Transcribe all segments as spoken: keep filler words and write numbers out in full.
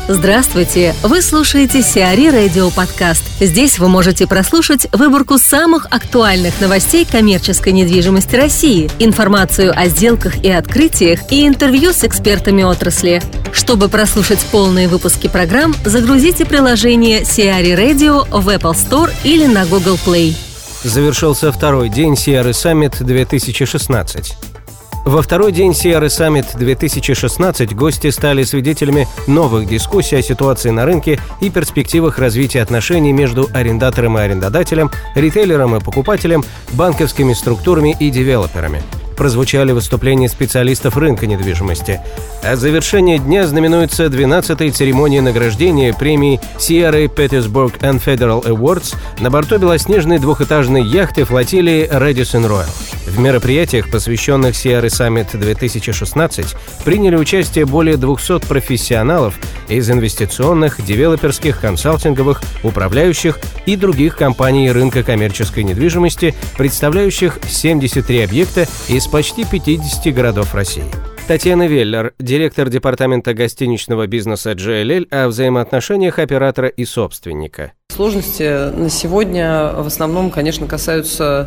Здравствуйте! Вы слушаете Сиари Радио Подкаст. Здесь вы можете прослушать выборку самых актуальных новостей коммерческой недвижимости России, информацию о сделках и открытиях и интервью с экспертами отрасли. Чтобы прослушать полные выпуски программ, загрузите приложение Сиари Radio в Apple Store или на Google Play. Завершился второй день Сиари Summit две тысячи шестнадцать. Во второй день Сиари Summit две тысячи шестнадцать гости стали свидетелями новых дискуссий о ситуации на рынке и перспективах развития отношений между арендатором и арендодателем, ритейлером и покупателем, банковскими структурами и девелоперами. Прозвучали выступления специалистов рынка недвижимости. А завершение дня знаменуется двенадцатой церемонией награждения премии Sierra Petersburg and Federal Awards на борту белоснежной двухэтажной яхты флотилии Radisson Royal. В мероприятиях, посвященных Sierra Summit две тысячи шестнадцать, приняли участие более двухсот профессионалов из инвестиционных, девелоперских, консалтинговых, управляющих и других компаний рынка коммерческой недвижимости, представляющих семьдесят три объекта из почти пятидесяти городов России. Татьяна Веллер, директор департамента гостиничного бизнеса джей эл эл, о взаимоотношениях оператора и собственника. Сложности на сегодня в основном, конечно, касаются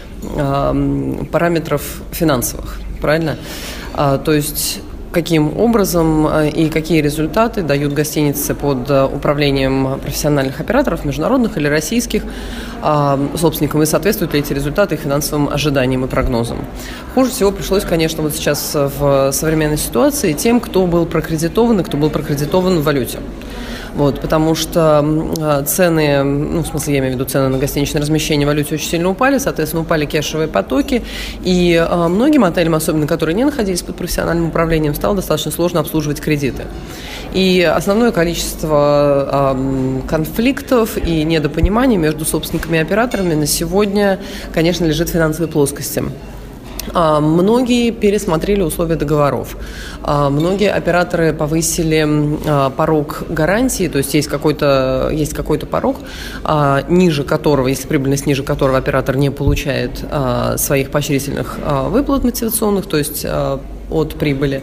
э, параметров финансовых, правильно? А, то есть каким образом и какие результаты дают гостиницы под управлением профессиональных операторов, международных или российских, собственникам, и соответствуют ли эти результаты их финансовым ожиданиям и прогнозам. Хуже всего пришлось, конечно, вот сейчас в современной ситуации тем, кто был прокредитован и кто был прокредитован в валюте. Вот, потому что цены, ну, в смысле, я имею в виду цены на гостиничное размещение в валюте очень сильно упали, соответственно, упали кэшевые потоки, и а, многим отелям, особенно которые не находились под профессиональным управлением, стало достаточно сложно обслуживать кредиты. И основное количество а, конфликтов и недопониманий между собственниками и операторами на сегодня, конечно, лежит в финансовой плоскости. Многие пересмотрели условия договоров. Многие операторы повысили порог гарантии, то есть есть какой-то, есть какой-то порог, ниже которого, если прибыльность ниже которого оператор не получает своих поощрительных выплат мотивационных, то есть от прибыли.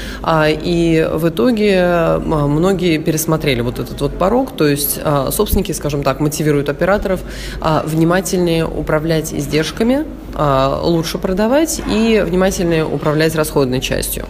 И в итоге многие пересмотрели вот этот вот порог, то есть собственники, скажем так, мотивируют операторов внимательнее управлять издержками, лучше продавать и внимательнее управлять расходной частью.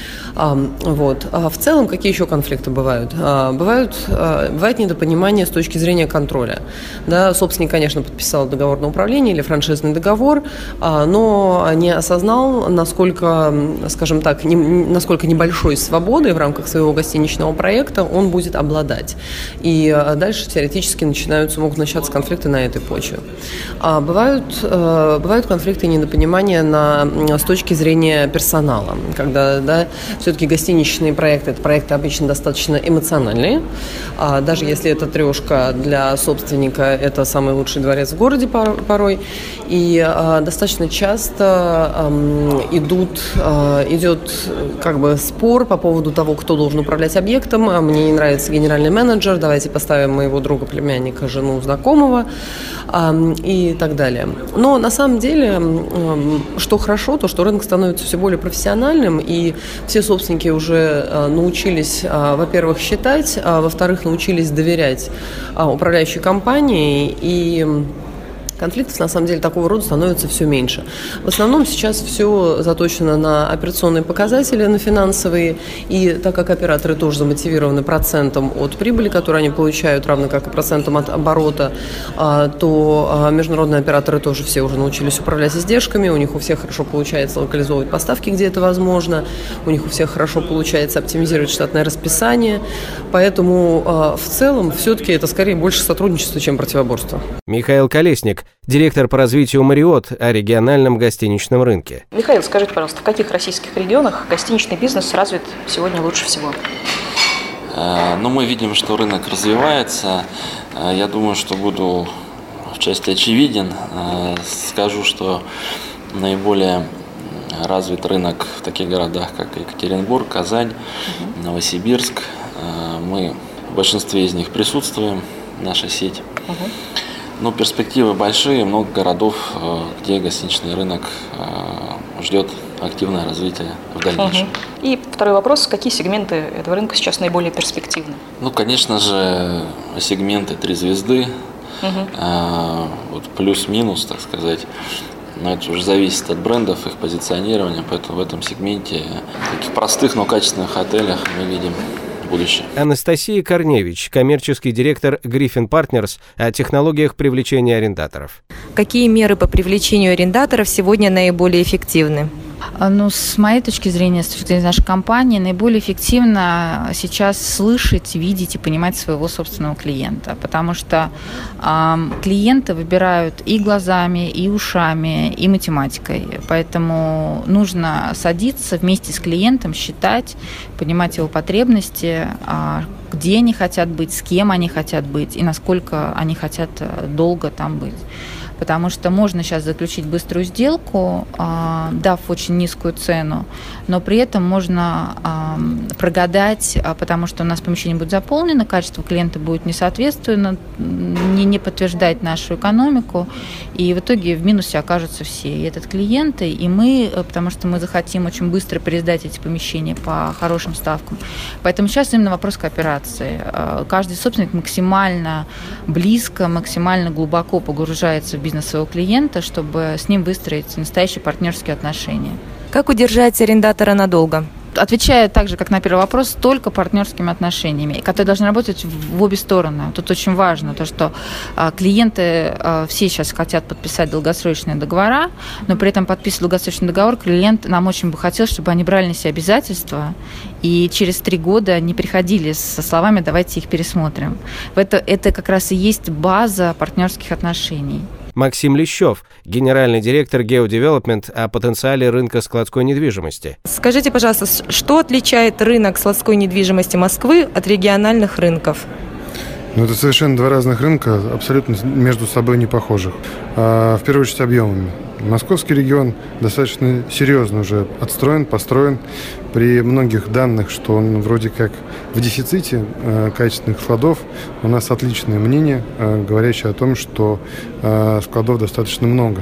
Вот. А в целом, какие еще конфликты бывают? Бывают, бывает недопонимание с точки зрения контроля. Да, собственник, конечно, подписал договор на управление или франшизный договор, но не осознал, насколько, скажем так, не, насколько небольшой свободой в рамках своего гостиничного проекта он будет обладать. И дальше теоретически начинаются, могут начаться конфликты на этой почве. А бывают, бывают конфликты и недопонимания на, с точки зрения персонала, когда, да, все-таки гостиничные проекты – это проекты обычно достаточно эмоциональные. А даже если это трешка, для собственника это самый лучший дворец в городе порой. И а, достаточно часто а, идут, а, идет как бы спор по поводу того, кто должен управлять объектом. А мне не нравится генеральный менеджер, давайте поставим моего друга, племянника, жену, знакомого а, и так далее. Но на самом деле, а, что хорошо, то что рынок становится все более профессиональным, и все собственники Собственники уже а, научились, а, во-первых, считать, а во-вторых, научились доверять а, управляющей компании, и конфликтов, на самом деле, такого рода становится все меньше. В основном сейчас все заточено на операционные показатели, на финансовые, и так как операторы тоже замотивированы процентом от прибыли, которую они получают, равно как и процентом от оборота, то международные операторы тоже все уже научились управлять издержками, у них у всех хорошо получается локализовывать поставки, где это возможно, у них у всех хорошо получается оптимизировать штатное расписание, поэтому в целом все-таки это скорее больше сотрудничество, чем противоборство. Михаил Колесник, директор по развитию Marriott о региональном гостиничном рынке. Михаил, скажите, пожалуйста, в каких российских регионах гостиничный бизнес развит сегодня лучше всего? Ну, мы видим, что рынок развивается. Я думаю, что буду в части очевиден. Скажу, что наиболее развит рынок в таких городах, как Екатеринбург, Казань, угу. Новосибирск. Мы в большинстве из них присутствуем, наша сеть. Угу. Но перспективы большие, много городов, где гостиничный рынок ждет активное развитие в дальнейшем. Угу. И второй вопрос. Какие сегменты этого рынка сейчас наиболее перспективны? Ну, конечно же, сегменты три звезды, угу. а, вот плюс-минус, так сказать. Но это уже зависит от брендов, их позиционирования, поэтому в этом сегменте, в таких простых, но качественных отелях мы видим будущее. Анастасия Корневич, коммерческий директор Griffin Partners, о технологиях привлечения арендаторов. Какие меры по привлечению арендаторов сегодня наиболее эффективны? Ну, с моей точки зрения, с точки зрения нашей компании, наиболее эффективно сейчас слышать, видеть и понимать своего собственного клиента, потому что э, клиенты выбирают и глазами, и ушами, и математикой, поэтому нужно садиться вместе с клиентом, считать, понимать его потребности, э, где они хотят быть, с кем они хотят быть и насколько они хотят долго там быть. Потому что можно сейчас заключить быструю сделку, дав очень низкую цену, но при этом можно прогадать, потому что у нас помещение будет заполнено, качество клиента будет несоответственно, не, не подтверждать нашу экономику, и в итоге в минусе окажутся все, и этот клиент, и мы, потому что мы захотим очень быстро пересдать эти помещения по хорошим ставкам. Поэтому сейчас именно вопрос кооперации. Каждый собственник максимально близко, максимально глубоко погружается в бизнес своего клиента, чтобы с ним выстроить настоящие партнерские отношения. Как удержать арендатора надолго? Отвечая так же, как на первый вопрос, только партнерскими отношениями, которые должны работать в обе стороны. Тут очень важно то, что клиенты все сейчас хотят подписать долгосрочные договора, но при этом, подписывая долгосрочный договор, клиент нам очень бы хотел, чтобы они брали на себя обязательства и через три года не приходили со словами «давайте их пересмотрим». Это, это как раз и есть база партнерских отношений. Максим Лещев, генеральный директор GeoDevelopment, о потенциале рынка складской недвижимости. Скажите, пожалуйста, что отличает рынок складской недвижимости Москвы от региональных рынков? Ну, это совершенно два разных рынка, абсолютно между собой не похожих. А, в первую очередь объемами. Московский регион достаточно серьезно уже отстроен, построен. При многих данных, что он вроде как в дефиците э, качественных складов, у нас отличное мнение, э, говорящее о том, что э, складов достаточно много.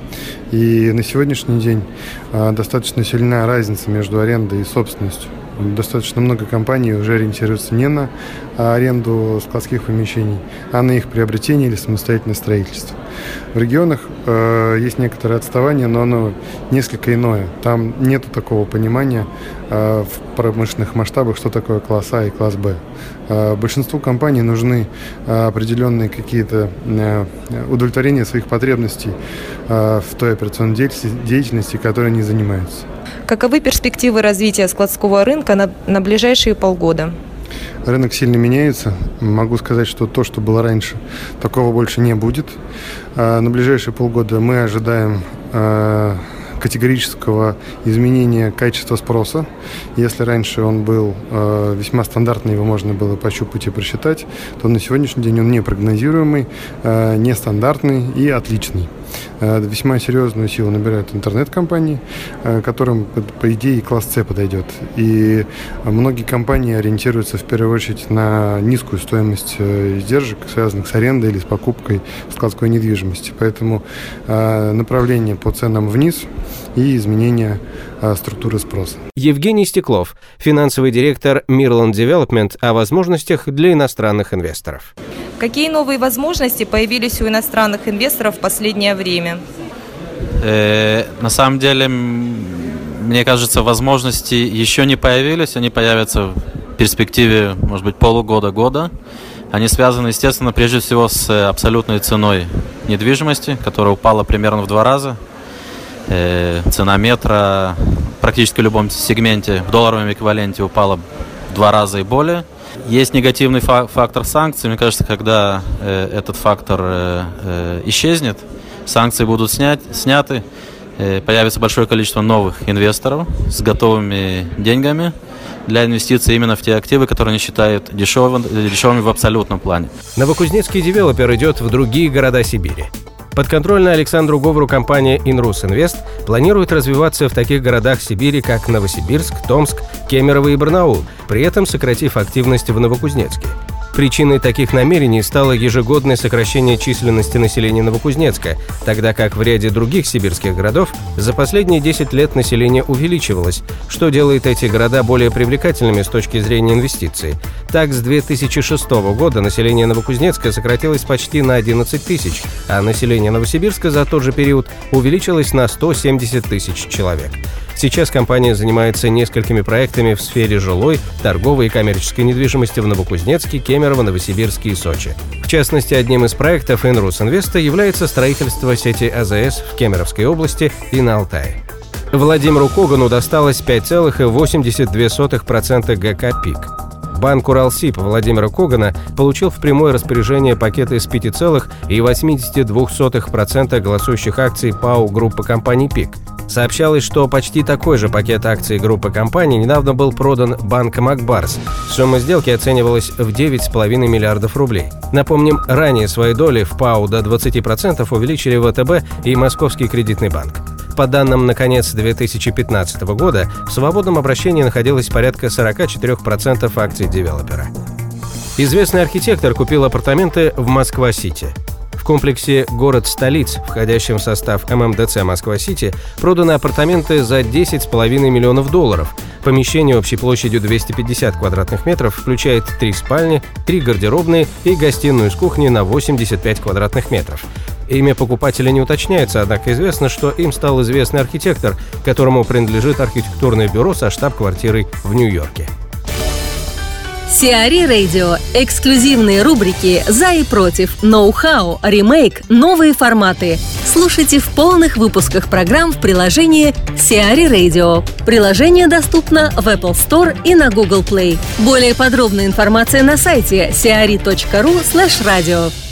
И на сегодняшний день э, достаточно сильная разница между арендой и собственностью. Достаточно много компаний уже ориентируются не на аренду складских помещений, а на их приобретение или самостоятельное строительство. В регионах э, есть некоторое отставание, но оно несколько иное. Там нет такого понимания э, в промышленных масштабах, что такое класс А и класс Б. Э, большинству компаний нужны э, определенные какие-то э, удовлетворения своих потребностей э, в той операционной деятельности, которой они занимаются. Каковы перспективы развития складского рынка на, на ближайшие полгода? Рынок сильно меняется. Могу сказать, что то, что было раньше, такого больше не будет. На ближайшие полгода мы ожидаем категорического изменения качества спроса. Если раньше он был э, весьма стандартный, его можно было пощупать и просчитать, то на сегодняшний день он непрогнозируемый, э, нестандартный и отличный. Э, весьма серьезную силу набирают интернет-компании, э, которым, по, по идее, класс С подойдет. И многие компании ориентируются в первую очередь на низкую стоимость э, издержек, связанных с арендой или с покупкой складской недвижимости. Поэтому э, направление по ценам вниз и изменение а, структуры спроса. Евгений Стеклов, финансовый директор Mirland Development, о возможностях для иностранных инвесторов. Какие новые возможности появились у иностранных инвесторов в последнее время? Э, на самом деле, мне кажется, возможности еще не появились, они появятся в перспективе, может быть, полугода-года. Они связаны, естественно, прежде всего с абсолютной ценой недвижимости, которая упала примерно в два раза. Цена метра практически в любом сегменте в долларовом эквиваленте упала в два раза и более. Есть негативный фактор санкций. Мне кажется, когда этот фактор исчезнет, санкции будут снять, сняты, появится большое количество новых инвесторов с готовыми деньгами для инвестиций именно в те активы, которые они считают дешевыми, дешевыми в абсолютном плане. Новокузнецкий девелопер идет в другие города Сибири. Подконтрольная Александру Говору компания Inrus Invest планирует развиваться в таких городах Сибири, как Новосибирск, Томск, Кемерово и Барнаул, при этом сократив активность в Новокузнецке. Причиной таких намерений стало ежегодное сокращение численности населения Новокузнецка, тогда как в ряде других сибирских городов за последние десять лет население увеличивалось, что делает эти города более привлекательными с точки зрения инвестиций. Так, с две тысячи шестого года население Новокузнецка сократилось почти на одиннадцать тысяч, а население Новосибирска за тот же период увеличилось на сто семьдесят тысяч человек. Сейчас компания занимается несколькими проектами в сфере жилой, торговой и коммерческой недвижимости в Новокузнецке, Кемерово, Новосибирске и Сочи. В частности, одним из проектов Инрус Инвеста является строительство сети АЗС в Кемеровской области и на Алтае. Владимиру Когану досталось пять целых восемьдесят две сотых процента ГК «Пик». Банк Уралсиб Владимира Когана получил в прямое распоряжение пакет из пяти целых восемьдесят две сотых процента голосующих акций ПАО группы компаний «Пик». Сообщалось, что почти такой же пакет акций группы компаний недавно был продан банком «Акбарс». Сумма сделки оценивалась в девять целых пять десятых миллиардов рублей. Напомним, ранее свои доли в ПАО до двадцати процентов увеличили ВТБ и Московский кредитный банк. По данным на конец две тысячи пятнадцатого года, в свободном обращении находилось порядка сорок четыре процента акций девелопера. Известный архитектор купил апартаменты в Москва-Сити. В комплексе «Город столиц», входящем в состав эм эм дэ цэ Москва-Сити, проданы апартаменты за десять целых пять десятых миллионов долларов. Помещение общей площадью двести пятьдесят квадратных метров включает три спальни, три гардеробные и гостиную с кухней на восемьдесят пять квадратных метров. Имя покупателя не уточняется, однако известно, что им стал известный архитектор, которому принадлежит архитектурное бюро со штаб-квартирой в Нью-Йорке. Сиари Радио. Эксклюзивные рубрики «За и против», «Ноу-хау», «Ремейк», «Новые форматы». Слушайте в полных выпусках программ в приложении Сиари Radio. Приложение доступно в Apple Store и на Google Play. Более подробная информация на сайте сиари точка ру слэш радио.